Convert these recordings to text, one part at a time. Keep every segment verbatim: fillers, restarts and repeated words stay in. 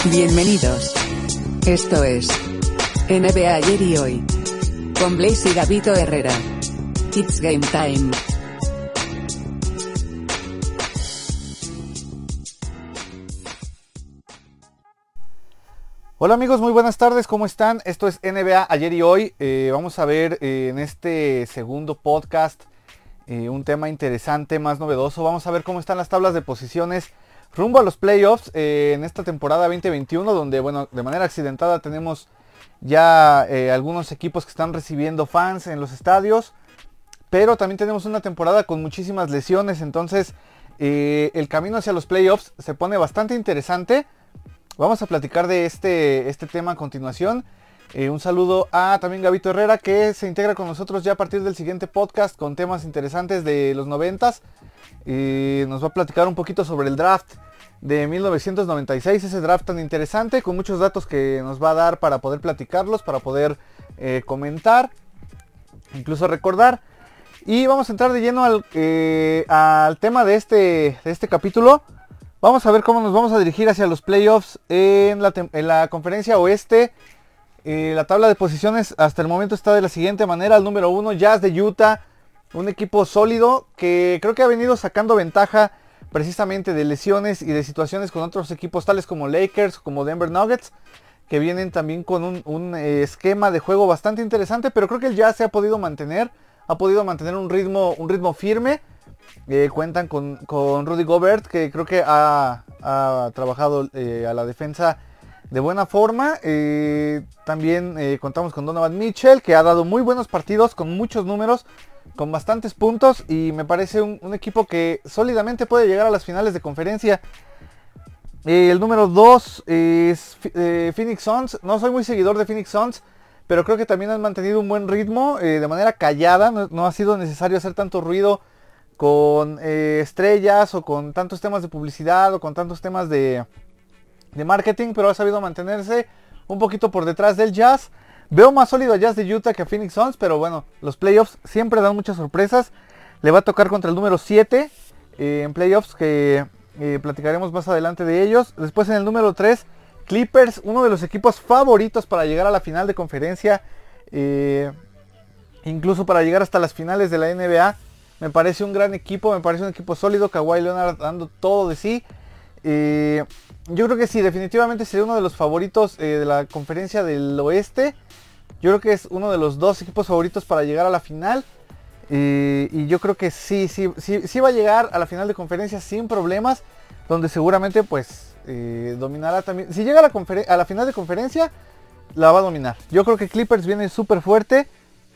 Bienvenidos. Esto es N B A Ayer y Hoy. Con Blaze y Gabito Herrera. It's Game Time. Hola amigos, muy buenas tardes, ¿cómo están? Esto es N B A Ayer y Hoy. Eh, vamos a ver eh, en este segundo podcast eh, un tema interesante, más novedoso. Vamos a ver cómo están las tablas de posiciones rumbo a los playoffs eh, en esta temporada veinte veintiuno, donde, bueno, de manera accidentada tenemos ya eh, algunos equipos que están recibiendo fans en los estadios, pero también tenemos una temporada con muchísimas lesiones, entonces eh, el camino hacia los playoffs se pone bastante interesante. Vamos a platicar de este, este tema a continuación. Eh, un saludo a también Gabito Herrera, que se integra con nosotros ya a partir del siguiente podcast con temas interesantes de los noventas. Eh, nos va a platicar un poquito sobre el draft de mil novecientos noventa y seis, ese draft tan interesante, con muchos datos que nos va a dar para poder platicarlos, para poder eh, comentar, incluso recordar. Y vamos a entrar de lleno al, eh, al tema de este, de este capítulo. Vamos a ver cómo nos vamos a dirigir hacia los playoffs en la, en la conferencia oeste. Eh, la tabla de posiciones hasta el momento está de la siguiente manera. El número uno, Jazz de Utah. Un equipo sólido que creo que ha venido sacando ventaja precisamente de lesiones y de situaciones con otros equipos tales como Lakers, como Denver Nuggets, que vienen también con un, un eh, esquema de juego bastante interesante, pero creo que el Jazz se ha podido mantener, ha podido mantener un ritmo, un ritmo firme. Eh, cuentan con, con Rudy Gobert, que creo que ha, ha trabajado eh, a la defensa de buena forma. Eh, también eh, contamos con Donovan Mitchell, que ha dado muy buenos partidos, con muchos números, con bastantes puntos, y me parece un, un equipo que sólidamente puede llegar a las finales de conferencia. Eh, el número dos es eh, Phoenix Suns. No soy muy seguidor de Phoenix Suns, pero creo que también han mantenido un buen ritmo eh, de manera callada. No, no ha sido necesario hacer tanto ruido con eh, estrellas o con tantos temas de publicidad o con tantos temas de, de marketing, pero ha sabido mantenerse un poquito por detrás del Jazz. Veo más sólido a Jazz de Utah que a Phoenix Suns, pero bueno, los playoffs siempre dan muchas sorpresas. Le va a tocar contra el número siete eh, en playoffs, que eh, platicaremos más adelante de ellos. Después en el número tres, Clippers, uno de los equipos favoritos para llegar a la final de conferencia, eh, incluso para llegar hasta las finales de la N B A. Me parece un gran equipo, me parece un equipo sólido, Kawhi Leonard dando todo de sí. Eh, yo creo que sí, definitivamente sería uno de los favoritos eh, de la conferencia del oeste. Yo creo que es uno de los dos equipos favoritos para llegar a la final. Eh, y yo creo que sí, sí, sí, sí va a llegar a la final de conferencia sin problemas. Donde seguramente pues eh, dominará también. Si llega a la, conferen- a la final de conferencia, la va a dominar. Yo creo que Clippers viene súper fuerte.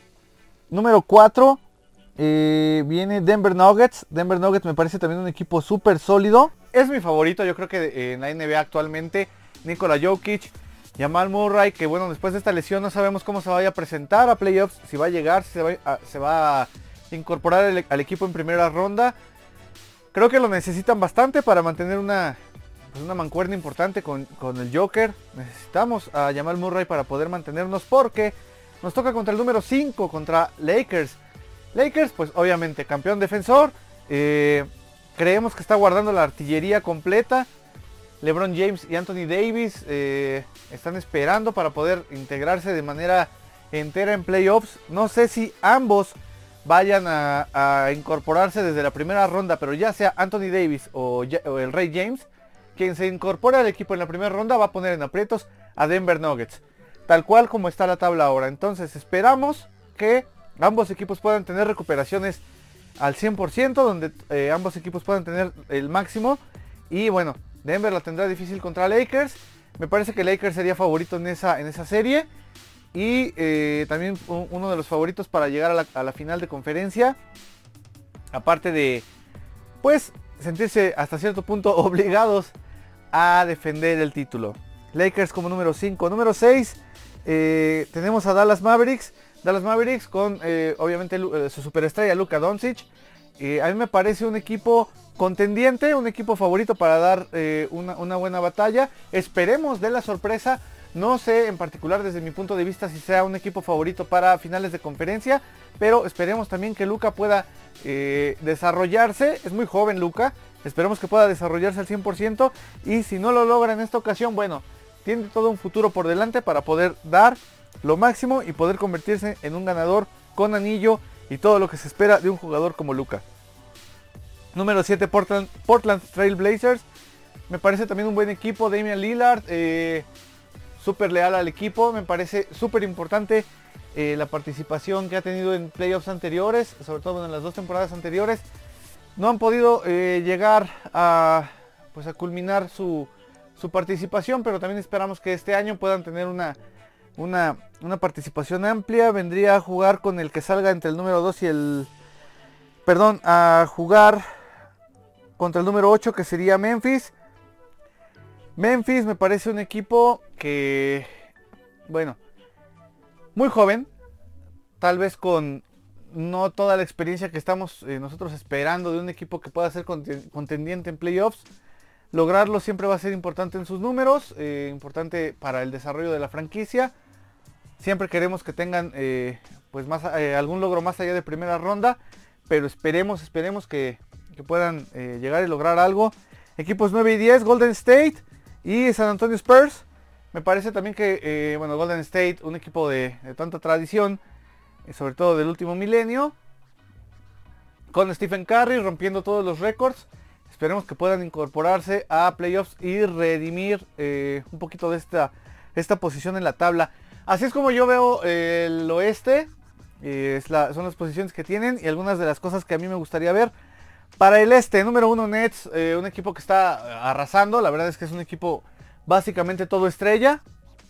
Número cuatro. Eh, viene Denver Nuggets. Denver Nuggets me parece también un equipo súper sólido. Es mi favorito, yo creo que eh, en la N B A actualmente. Nikola Jokic, Jamal Murray, que bueno, después de esta lesión no sabemos cómo se vaya a presentar a playoffs, si va a llegar, si se va a, se va a incorporar el, al equipo en primera ronda. Creo que lo necesitan bastante para mantener una, pues una mancuerna importante con, con el Joker. Necesitamos a Jamal Murray para poder mantenernos, porque nos toca contra el número cinco, contra Lakers. Lakers, pues obviamente campeón defensor, eh, creemos que está guardando la artillería completa. LeBron James y Anthony Davis eh, están esperando para poder integrarse de manera entera en playoffs. No sé si ambos vayan a, a incorporarse desde la primera ronda, pero ya sea Anthony Davis o, o el Rey James, quien se incorpore al equipo en la primera ronda va a poner en aprietos a Denver Nuggets, tal cual como está la tabla ahora. Entonces esperamos que ambos equipos puedan tener recuperaciones al cien por ciento, donde eh, ambos equipos puedan tener el máximo. Y bueno, Denver la tendrá difícil contra Lakers. Me parece que Lakers sería favorito en esa, en esa serie. Y eh, también un, uno de los favoritos para llegar a la, a la final de conferencia. Aparte de, pues, sentirse hasta cierto punto obligados a defender el título. Lakers como número cinco. Número seis, eh, tenemos a Dallas Mavericks. Dallas Mavericks con eh, obviamente eh, su superestrella Luka Doncic. Eh, a mí me parece un equipo contendiente, un equipo favorito para dar eh, una, una buena batalla. Esperemos de la sorpresa. No sé en particular desde mi punto de vista si sea un equipo favorito para finales de conferencia, pero esperemos también que Luka pueda eh, desarrollarse. Es muy joven Luka, esperemos que pueda desarrollarse al cien por ciento, y si no lo logra en esta ocasión, bueno, tiene todo un futuro por delante para poder dar lo máximo y poder convertirse en un ganador con anillo y todo lo que se espera de un jugador como Luka. Número siete, Portland, Portland Trail Blazers. Me parece también un buen equipo. Damian Lillard, eh, súper leal al equipo. Me parece súper importante eh, la participación que ha tenido en playoffs anteriores, sobre todo en las dos temporadas anteriores. No han podido eh, llegar a, pues a culminar su, su participación, pero también esperamos que este año puedan tener una, una, una participación amplia. Vendría a jugar con el que salga entre el número dos y el... Perdón, a jugar contra el número ocho, que sería Memphis. Memphis me parece un equipo que, bueno, muy joven, tal vez con no toda la experiencia que estamos eh, nosotros esperando de un equipo que pueda ser contendiente en playoffs. Lograrlo siempre va a ser importante en sus números, eh, importante para el desarrollo de la franquicia. Siempre queremos que tengan eh, pues más, eh, algún logro más allá de primera ronda, pero esperemos, esperemos que, que puedan eh, llegar y lograr algo. Equipos nueve y diez, Golden State y San Antonio Spurs. Me parece también que, eh, bueno, Golden State, un equipo de, de tanta tradición, eh, sobre todo del último milenio, con Stephen Curry rompiendo todos los récords. Esperemos que puedan incorporarse a playoffs y redimir eh, un poquito de esta, esta posición en la tabla. Así es como yo veo eh, el oeste. Eh, es la, son las posiciones que tienen y algunas de las cosas que a mí me gustaría ver. Para el este, número uno Nets, eh, un equipo que está arrasando. La verdad es que es un equipo básicamente todo estrella.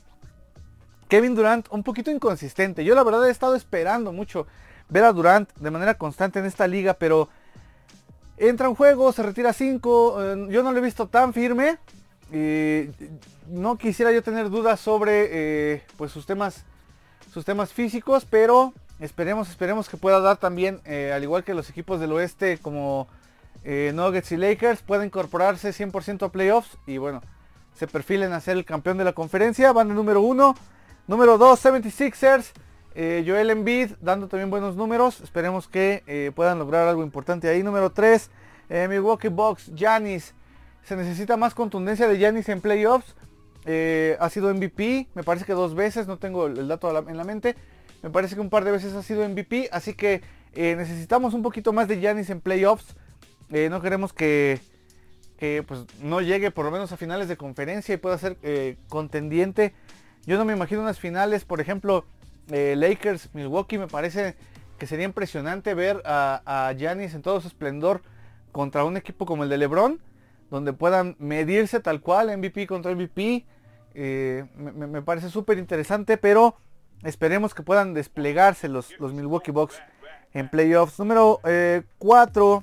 Kevin Durant, un poquito inconsistente. Yo la verdad he estado esperando mucho ver a Durant de manera constante en esta liga, pero entra un juego, se retira cinco. Eh, yo no lo he visto tan firme. Eh, no quisiera yo tener dudas sobre eh, pues sus temas, sus temas físicos, pero esperemos, esperemos que pueda dar también, eh, al igual que los equipos del oeste como eh, Nuggets y Lakers, pueda incorporarse cien por ciento a playoffs y bueno, se perfilen a ser el campeón de la conferencia. Van de número uno. Número dos, setenta y seis ers. Eh, Joel Embiid dando también buenos números. Esperemos que eh, puedan lograr algo importante ahí. Número tres, eh, Milwaukee Bucks, Giannis. Se necesita más contundencia de Giannis en playoffs. Eh, ha sido M V P, me parece que dos veces, no tengo el, el dato en la mente. Me parece que un par de veces ha sido M V P, así que eh, necesitamos un poquito más de Giannis en playoffs. Eh, no queremos que, que pues, no llegue por lo menos a finales de conferencia y pueda ser eh, contendiente. Yo no me imagino unas finales, por ejemplo, eh, Lakers, Milwaukee. Me parece que sería impresionante ver a Giannis en todo su esplendor contra un equipo como el de LeBron, donde puedan medirse tal cual, M V P contra M V P. Eh, me, me parece súper interesante, pero esperemos que puedan desplegarse los, los Milwaukee Bucks en playoffs. Número cuatro,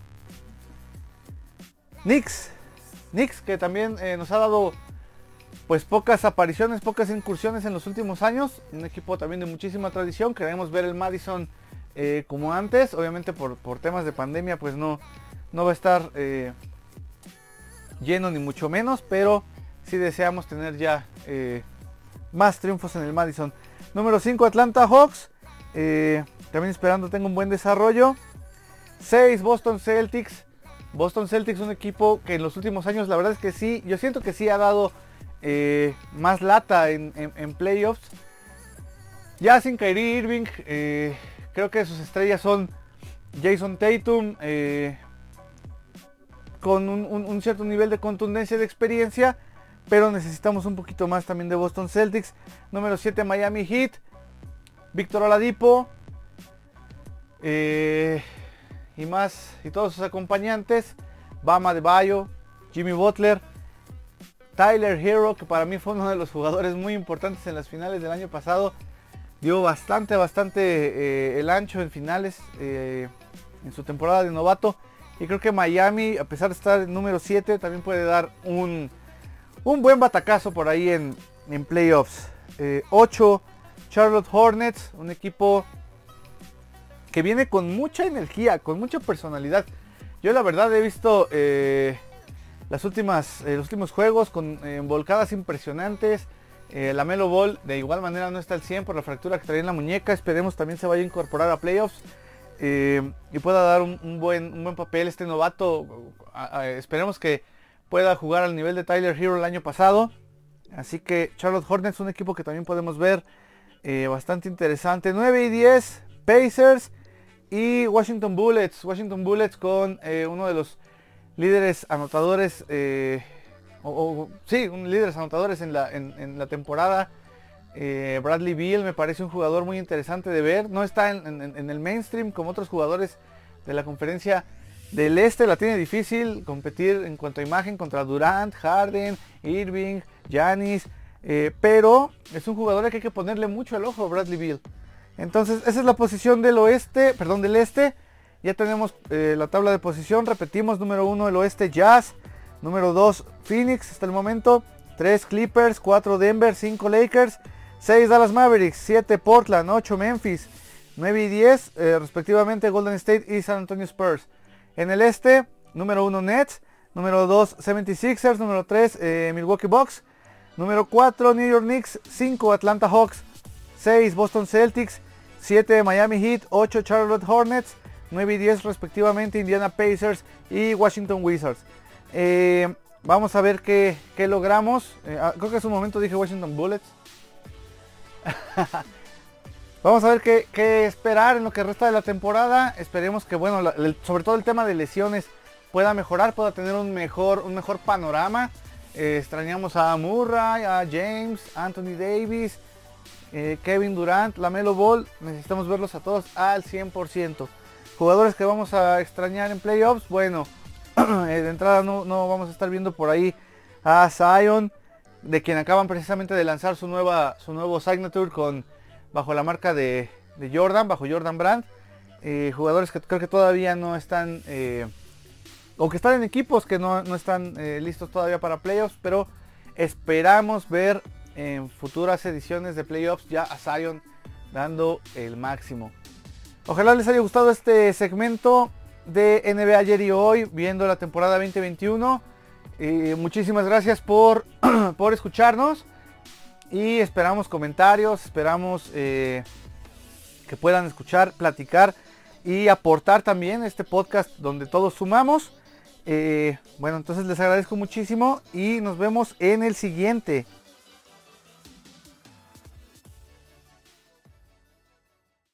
Knicks. Knicks, que también eh, nos ha dado pues pocas apariciones, pocas incursiones en los últimos años. Un equipo también de muchísima tradición. Queremos ver el Madison eh, como antes. Obviamente por, por temas de pandemia pues no, no va a estar eh, lleno ni mucho menos, pero sí deseamos tener ya eh, más triunfos en el Madison. Número cinco, Atlanta Hawks, eh, también esperando tenga un buen desarrollo. seis, Boston Celtics. Boston Celtics, un equipo que en los últimos años la verdad es que sí, yo siento que sí ha dado eh, más lata en, en, en playoffs. Ya sin Kyrie Irving, eh, creo que sus estrellas son Jason Tatum, eh, con un, un, un cierto nivel de contundencia y de experiencia, pero necesitamos un poquito más también de Boston Celtics. Número siete, Miami Heat, Víctor Oladipo eh, y más, y todos sus acompañantes, Bam Adebayo, Jimmy Butler, Tyler Hero, que para mí fue uno de los jugadores muy importantes en las finales del año pasado. Dio bastante, bastante eh, el ancho en finales eh, en su temporada de novato. Y creo que Miami, a pesar de estar en número siete, también puede dar un, un buen batacazo por ahí en, en playoffs. Eh, ocho, Charlotte Hornets, un equipo que viene con mucha energía, con mucha personalidad. Yo la verdad he visto eh, las últimas, eh, los últimos juegos con eh, volcadas impresionantes. Eh, la Melo Ball de igual manera no está al cien por la fractura que traía en la muñeca. Esperemos también se vaya a incorporar a playoffs. Eh, y pueda dar un, un, buen, un buen papel este novato. A, a, esperemos que pueda jugar al nivel de Tyler Hero el año pasado. Así que Charlotte Hornets, un equipo que también podemos ver eh, bastante interesante. nueve y diez, Pacers y Washington Bullets. Washington Bullets con eh, uno de los líderes anotadores, eh, o, o, sí, un líderes anotadores en la, en, en la temporada. Eh, Bradley Beal me parece un jugador muy interesante de ver. No está en, en, en el mainstream como otros jugadores de la conferencia del este. La tiene difícil competir en cuanto a imagen contra Durant, Harden, Irving, Giannis, eh, pero es un jugador al que hay que ponerle mucho el ojo, Bradley Beal. Entonces esa es la posición del oeste, perdón, del este. Ya tenemos eh, la tabla de posición. Repetimos: número uno el oeste, Jazz; número dos Phoenix hasta el momento; tres Clippers; cuatro Denver; cinco Lakers; seis Dallas Mavericks; siete Portland; ocho Memphis; nueve y diez eh, respectivamente Golden State y San Antonio Spurs. En el este, número uno Nets; número dos setenta y seis ers; número tres eh, Milwaukee Bucks; número cuatro New York Knicks; cinco Atlanta Hawks; seis Boston Celtics; siete Miami Heat; ocho Charlotte Hornets; nueve y diez respectivamente Indiana Pacers y Washington Wizards. Eh, vamos a ver qué, qué logramos. Eh, creo que hace un momento dije Washington Bullets. Vamos a ver qué, qué esperar en lo que resta de la temporada. Esperemos que, bueno, la, el, sobre todo el tema de lesiones pueda mejorar, pueda tener un mejor, un mejor panorama. Eh, extrañamos a Murray, a James, Anthony Davis, eh, Kevin Durant, LaMelo Ball. Necesitamos verlos a todos al cien por ciento. Jugadores que vamos a extrañar en playoffs, bueno, de entrada no, no vamos a estar viendo por ahí a Zion, de quien acaban precisamente de lanzar su nueva su nuevo signature con bajo la marca de, de Jordan, bajo Jordan Brand. Eh, jugadores que creo que todavía no están, eh, o que están en equipos que no, no están eh, listos todavía para playoffs, pero esperamos ver en futuras ediciones de playoffs ya a Zion dando el máximo. Ojalá les haya gustado este segmento de N B A ayer y hoy, viendo la temporada veinte veintiuno. Eh, muchísimas gracias por, por escucharnos y esperamos comentarios, esperamos eh, que puedan escuchar, platicar y aportar también este podcast donde todos sumamos. Eh, bueno, entonces les agradezco muchísimo y nos vemos en el siguiente.